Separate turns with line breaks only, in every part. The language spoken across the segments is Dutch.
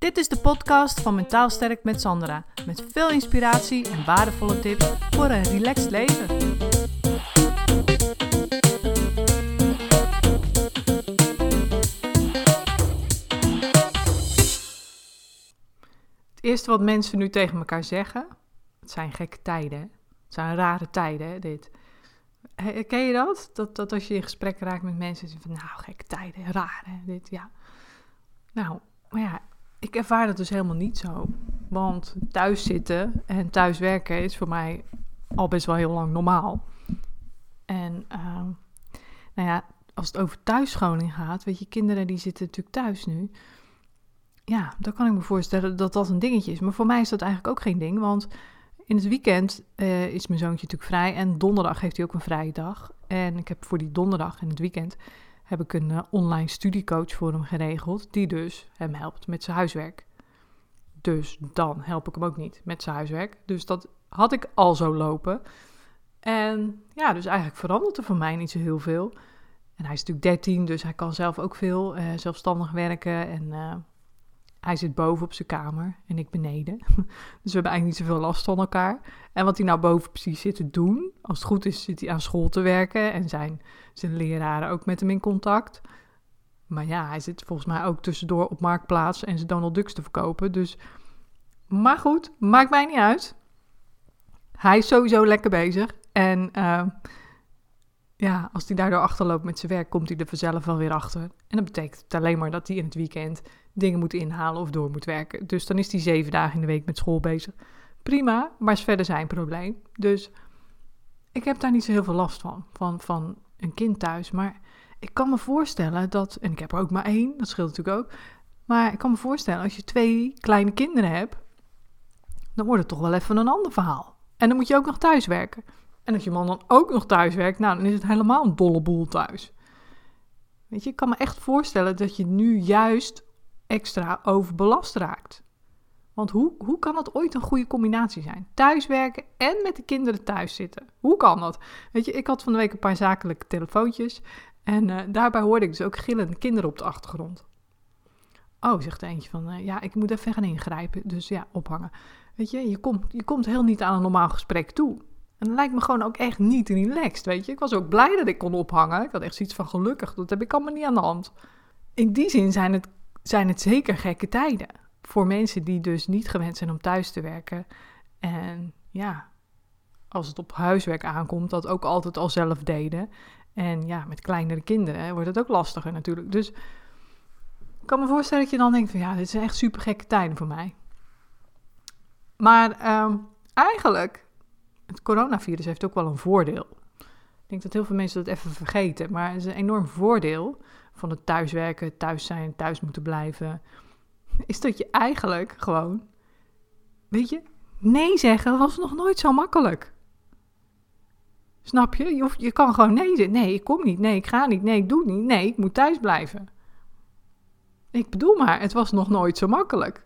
Dit is de podcast van Mentaal Sterk met Sandra. Met veel inspiratie en waardevolle tips voor een relaxed leven. Het eerste wat mensen nu tegen elkaar zeggen, het zijn gekke tijden. Het zijn rare tijden, hè, dit. Ken je dat? Dat als je in gesprek raakt met mensen, van nou, gekke tijden, raar, hè, dit, ja. Nou, maar ja, ik ervaar dat dus helemaal niet zo. Want thuis zitten en thuis werken is voor mij al best wel heel lang normaal. En nou ja, als het over thuisscholing gaat, weet je, kinderen die zitten natuurlijk thuis nu. Ja, dan kan ik me voorstellen dat dat een dingetje is. Maar voor mij is dat eigenlijk ook geen ding, want in het weekend is mijn zoontje natuurlijk vrij en donderdag heeft hij ook een vrije dag. En ik heb voor die donderdag en het weekend heb ik een online studiecoach voor hem geregeld, die dus hem helpt met zijn huiswerk. Dus dan help ik hem ook niet met zijn huiswerk. Dus dat had ik al zo lopen. En ja, dus eigenlijk verandert er voor mij niet zo heel veel. En hij is natuurlijk 13, dus hij kan zelf ook veel zelfstandig werken. En hij zit boven op zijn kamer en ik beneden. Dus we hebben eigenlijk niet zoveel last van elkaar. En wat hij nou boven precies zit te doen, als het goed is, zit hij aan school te werken. En zijn leraren ook met hem in contact. Maar ja, hij zit volgens mij ook tussendoor op Marktplaats en zijn Donald Ducks te verkopen. Dus, maar goed, maakt mij niet uit. Hij is sowieso lekker bezig. En ja, als hij daardoor achterloopt met zijn werk, komt hij er vanzelf wel weer achter. En dat betekent alleen maar dat hij in het weekend dingen moet inhalen of door moet werken. Dus dan is hij 7 dagen in de week met school bezig. Prima, maar is verder zijn probleem. Dus ik heb daar niet zo heel veel last van een kind thuis. Maar ik kan me voorstellen dat, en ik heb er ook maar 1, dat scheelt natuurlijk ook. Maar ik kan me voorstellen, als je 2 kleine kinderen hebt, dan wordt het toch wel even een ander verhaal. En dan moet je ook nog thuis werken. En als je man dan ook nog thuis werkt, nou, dan is het helemaal een dolle boel thuis. Weet je, ik kan me echt voorstellen dat je nu juist extra overbelast raakt. Want hoe kan dat ooit een goede combinatie zijn? Thuiswerken en met de kinderen thuis zitten. Hoe kan dat? Weet je, ik had van de week een paar zakelijke telefoontjes. En daarbij hoorde ik dus ook gillende kinderen op de achtergrond. Oh, zegt eentje van, ja, ik moet even gaan ingrijpen. Dus ja, ophangen. Weet je, je komt heel niet aan een normaal gesprek toe. En dat lijkt me gewoon ook echt niet relaxed, weet je. Ik was ook blij dat ik kon ophangen. Ik had echt zoiets van gelukkig, dat heb ik allemaal niet aan de hand. In die zin zijn het zeker gekke tijden. Voor mensen die dus niet gewend zijn om thuis te werken. En ja, als het op huiswerk aankomt, dat ook altijd al zelf deden. En ja, met kleinere kinderen wordt het ook lastiger natuurlijk. Dus ik kan me voorstellen dat je dan denkt van ja, dit zijn echt super gekke tijden voor mij. Maar eigenlijk, het coronavirus heeft ook wel een voordeel. Ik denk dat heel veel mensen dat even vergeten. Maar het is een enorm voordeel van het thuiswerken, thuis zijn, thuis moeten blijven. Is dat je eigenlijk gewoon, weet je, nee zeggen was nog nooit zo makkelijk. Snap je? Je kan gewoon nee zeggen. Nee, ik kom niet. Nee, ik ga niet. Nee, ik doe het niet. Nee, ik moet thuis blijven. Ik bedoel maar, het was nog nooit zo makkelijk.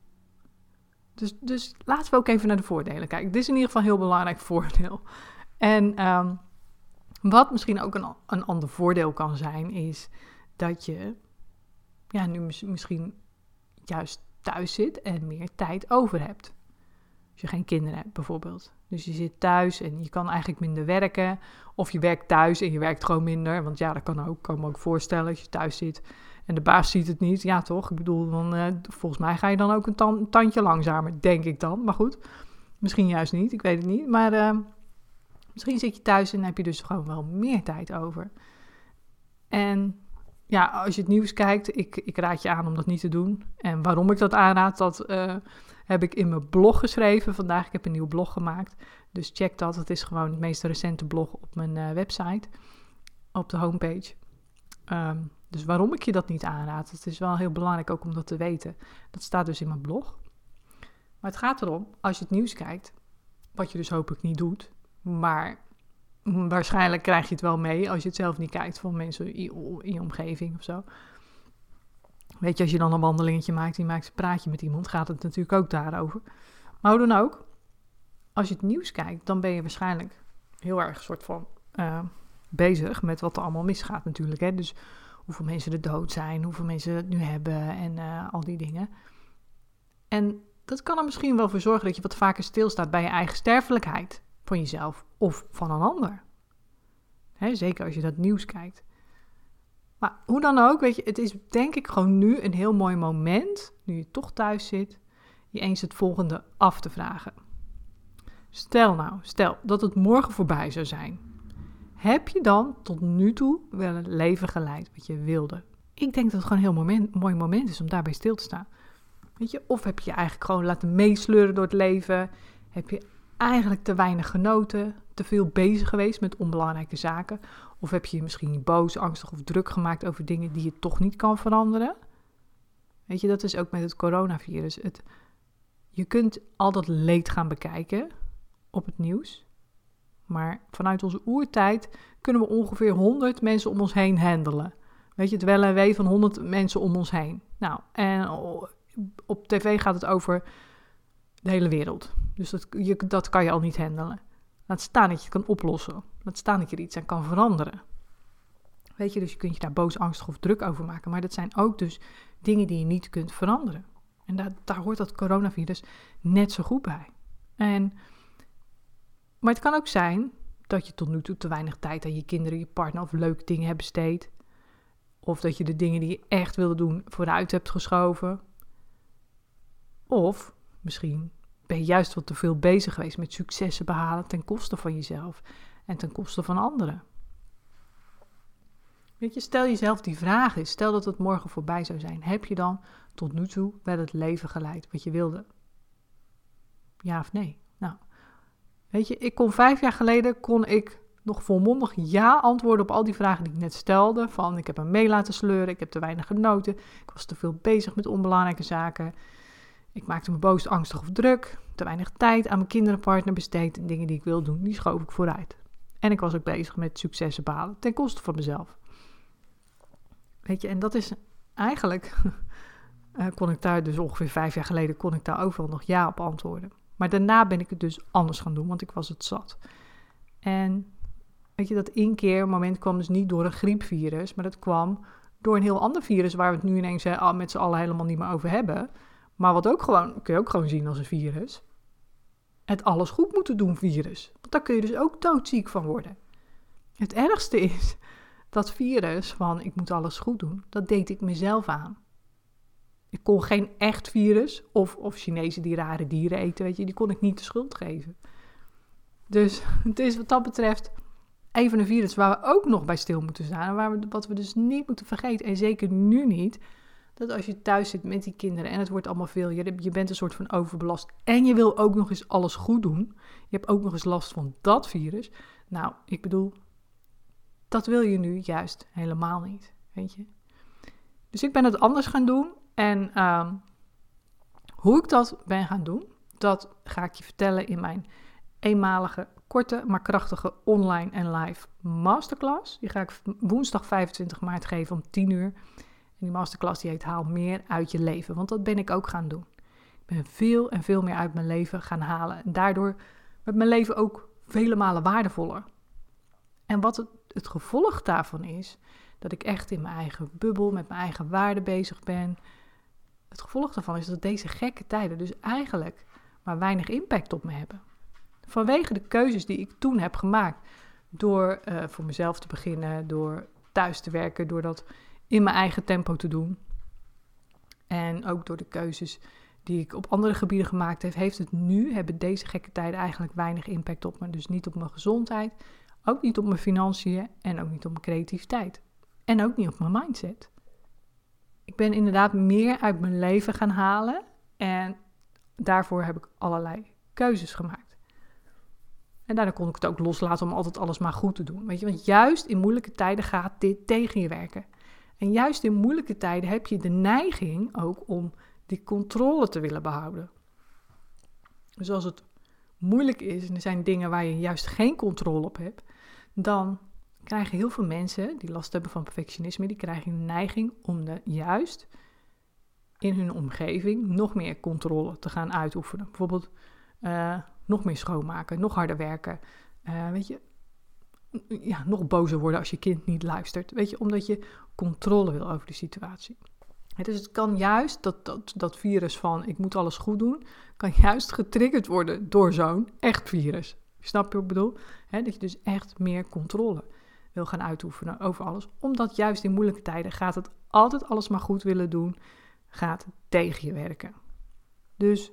Dus laten we ook even naar de voordelen kijken. Dit is in ieder geval een heel belangrijk voordeel. En wat misschien ook een ander voordeel kan zijn, is dat je ja, nu misschien juist thuis zit en meer tijd over hebt. Als je geen kinderen hebt bijvoorbeeld. Dus je zit thuis en je kan eigenlijk minder werken. Of je werkt thuis en je werkt gewoon minder. Want ja, dat kan me ook voorstellen als je thuis zit en de baas ziet het niet. Ja toch, ik bedoel, dan, volgens mij ga je dan ook een tandje langzamer, denk ik dan. Maar goed, misschien juist niet, ik weet het niet. Maar misschien zit je thuis en heb je dus gewoon wel meer tijd over. En ja, als je het nieuws kijkt, ik raad je aan om dat niet te doen. En waarom ik dat aanraad, dat heb ik in mijn blog geschreven vandaag. Ik heb een nieuw blog gemaakt, dus check dat. Het is gewoon het meest recente blog op mijn website, op de homepage. Dus waarom ik je dat niet aanraad, het is wel heel belangrijk ook om dat te weten. Dat staat dus in mijn blog. Maar het gaat erom, als je het nieuws kijkt, wat je dus hopelijk niet doet, maar waarschijnlijk krijg je het wel mee als je het zelf niet kijkt van mensen in je omgeving of zo. Weet je, als je dan een wandelingetje maakt, die maakt een praatje met iemand, gaat het natuurlijk ook daarover. Maar hoe dan ook, als je het nieuws kijkt, dan ben je waarschijnlijk heel erg soort van bezig met wat er allemaal misgaat natuurlijk. Hè? Dus hoeveel mensen er dood zijn, hoeveel mensen het nu hebben en al die dingen. En dat kan er misschien wel voor zorgen dat je wat vaker stilstaat bij je eigen sterfelijkheid van jezelf of van een ander. Zeker als je dat nieuws kijkt. Maar hoe dan ook, weet je, het is denk ik gewoon nu een heel mooi moment, nu je toch thuis zit, je eens het volgende af te vragen. Stel dat het morgen voorbij zou zijn. Heb je dan tot nu toe wel een leven geleid wat je wilde? Ik denk dat het gewoon een heel mooi moment is om daarbij stil te staan. Weet je, of heb je je eigenlijk gewoon laten meesleuren door het leven? Heb je eigenlijk te weinig genoten? Te veel bezig geweest met onbelangrijke zaken? Of heb je je misschien boos, angstig of druk gemaakt over dingen die je toch niet kan veranderen? Weet je, dat is ook met het coronavirus. Je kunt al dat leed gaan bekijken op het nieuws. Maar vanuit onze oertijd kunnen we ongeveer 100 mensen om ons heen handelen. Weet je, het wel en wee van 100 mensen om ons heen. Nou, en op tv gaat het over de hele wereld. Dus dat kan je al niet handelen. Laat staan dat je het kan oplossen. Laat staan dat je er iets aan kan veranderen. Weet je, dus je kunt je daar boos, angstig of druk over maken. Maar dat zijn ook dus dingen die je niet kunt veranderen. En daar hoort dat coronavirus net zo goed bij. Maar het kan ook zijn dat je tot nu toe te weinig tijd aan je kinderen, je partner of leuke dingen hebt besteed. Of dat je de dingen die je echt wilde doen vooruit hebt geschoven. Of misschien ben je juist wat te veel bezig geweest met successen behalen ten koste van jezelf en ten koste van anderen. Weet je, stel jezelf die vraag eens. Stel dat het morgen voorbij zou zijn. Heb je dan tot nu toe wel het leven geleid wat je wilde? Ja of nee? Nou, weet je, 5 jaar geleden kon ik nog volmondig ja antwoorden op al die vragen die ik net stelde. Van ik heb me mee laten sleuren, ik heb te weinig genoten, ik was te veel bezig met onbelangrijke zaken. Ik maakte me boos, angstig of druk, te weinig tijd aan mijn kinderenpartner besteed en dingen die ik wil doen, die schoof ik vooruit. En ik was ook bezig met successen behalen ten koste van mezelf. Weet je, en dat is eigenlijk, kon ik daar dus ongeveer 5 jaar geleden, kon ik daar overal nog ja op antwoorden. Maar daarna ben ik het dus anders gaan doen, want ik was het zat. En weet je, dat inkeermoment kwam dus niet door een griepvirus, maar dat kwam door een heel ander virus waar we het nu ineens met z'n allen helemaal niet meer over hebben. Maar wat ook gewoon, kun je ook gewoon zien als een virus. Het alles goed moeten doen virus. Want daar kun je dus ook doodziek van worden. Het ergste is, dat virus van ik moet alles goed doen, dat deed ik mezelf aan. Ik kon geen echt virus of Chinezen die rare dieren eten, weet je, die kon ik niet de schuld geven. Dus het is wat dat betreft even een virus waar we ook nog bij stil moeten staan. En wat we dus niet moeten vergeten, en zeker nu niet, dat als je thuis zit met die kinderen en het wordt allemaal veel, je bent een soort van overbelast en je wil ook nog eens alles goed doen. Je hebt ook nog eens last van dat virus. Nou, ik bedoel, dat wil je nu juist helemaal niet, weet je. Dus ik ben het anders gaan doen en hoe ik dat ben gaan doen, dat ga ik je vertellen in mijn eenmalige, korte, maar krachtige online en live masterclass. Die ga ik woensdag 25 maart geven om 10 uur. En die masterclass die heet Haal meer uit je leven, want dat ben ik ook gaan doen. Ik ben veel en veel meer uit mijn leven gaan halen en daardoor werd mijn leven ook vele malen waardevoller. En wat het gevolg daarvan is, dat ik echt in mijn eigen bubbel, met mijn eigen waarden bezig ben. Het gevolg daarvan is dat deze gekke tijden dus eigenlijk maar weinig impact op me hebben. Vanwege de keuzes die ik toen heb gemaakt, door voor mezelf te beginnen, door thuis te werken, door dat in mijn eigen tempo te doen. En ook door de keuzes die ik op andere gebieden gemaakt heb, hebben deze gekke tijden eigenlijk weinig impact op me. Dus niet op mijn gezondheid, ook niet op mijn financiën en ook niet op mijn creativiteit. En ook niet op mijn mindset. Ik ben inderdaad meer uit mijn leven gaan halen en daarvoor heb ik allerlei keuzes gemaakt. En daarna kon ik het ook loslaten om altijd alles maar goed te doen. Weet je, want juist in moeilijke tijden gaat dit tegen je werken. En juist in moeilijke tijden heb je de neiging ook om die controle te willen behouden. Dus als het moeilijk is en er zijn dingen waar je juist geen controle op hebt, dan krijgen heel veel mensen die last hebben van perfectionisme, die krijgen de neiging om juist in hun omgeving nog meer controle te gaan uitoefenen. Bijvoorbeeld nog meer schoonmaken, nog harder werken, nog bozer worden als je kind niet luistert. Weet je, omdat je controle wil over de situatie. Dus het kan juist, dat virus van ik moet alles goed doen, kan juist getriggerd worden door zo'n echt virus. Snap je wat ik bedoel? Dat je dus echt meer controle wil gaan uitoefenen over alles. Omdat juist in moeilijke tijden gaat het altijd alles maar goed willen doen, gaat tegen je werken. Dus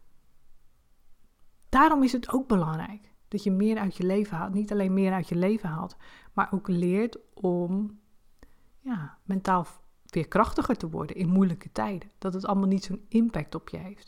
daarom is het ook belangrijk dat je meer uit je leven haalt. Niet alleen meer uit je leven haalt, maar ook leert om mentaal weer krachtiger te worden in moeilijke tijden. Dat het allemaal niet zo'n impact op je heeft.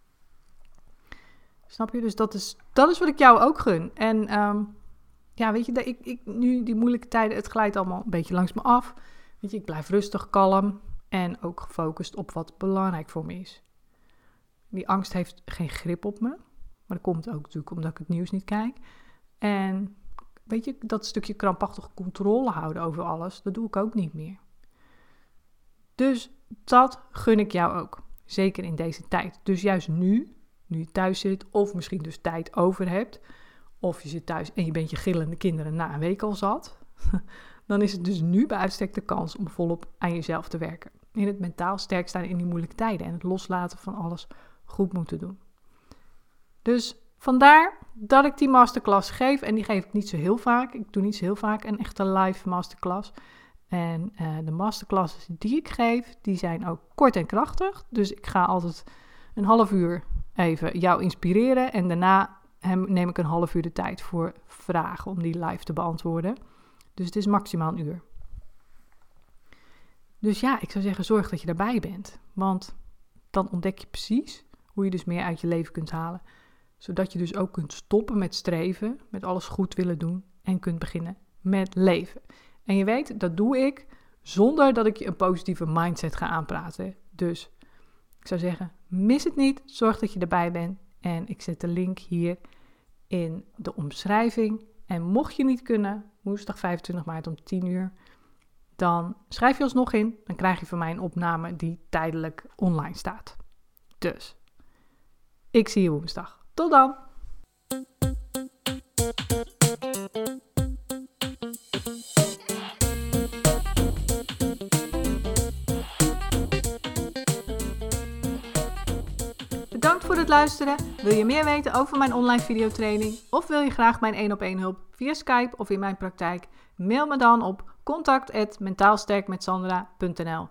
Snap je? Dus dat is wat ik jou ook gun. En weet je, nu die moeilijke tijden, het glijdt allemaal een beetje langs me af. Weet je, ik blijf rustig, kalm en ook gefocust op wat belangrijk voor me is. Die angst heeft geen grip op me. Maar dat komt ook natuurlijk omdat ik het nieuws niet kijk. En weet je, dat stukje krampachtige controle houden over alles, dat doe ik ook niet meer. Dus dat gun ik jou ook. Zeker in deze tijd. Dus juist nu je thuis zit of misschien dus tijd over hebt, of je zit thuis en je bent je gillende kinderen na een week al zat, dan is het dus nu bij uitstek de kans om volop aan jezelf te werken. In het mentaal sterk staan in die moeilijke tijden en het loslaten van alles goed moeten doen. Dus vandaar dat ik die masterclass geef en die geef ik niet zo heel vaak. Ik doe niet zo heel vaak een echte live masterclass. En de masterclasses die ik geef, die zijn ook kort en krachtig. Dus ik ga altijd een half uur even jou inspireren. En daarna neem ik een half uur de tijd voor vragen om die live te beantwoorden. Dus het is maximaal een uur. Dus ik zou zeggen, zorg dat je daarbij bent. Want dan ontdek je precies hoe je dus meer uit je leven kunt halen. Zodat je dus ook kunt stoppen met streven, met alles goed willen doen en kunt beginnen met leven. En je weet, dat doe ik zonder dat ik je een positieve mindset ga aanpraten. Dus ik zou zeggen, mis het niet. Zorg dat je erbij bent. En ik zet de link hier in de omschrijving. En mocht je niet kunnen, woensdag 25 maart om 10 uur, dan schrijf je ons nog in. Dan krijg je van mij een opname die tijdelijk online staat. Dus, ik zie je woensdag. Tot dan! Bedankt voor het luisteren. Wil je meer weten over mijn online videotraining? Of wil je graag mijn 1-op-1 hulp via Skype of in mijn praktijk? Mail me dan op contact@mentaalsterkmetsandra.nl.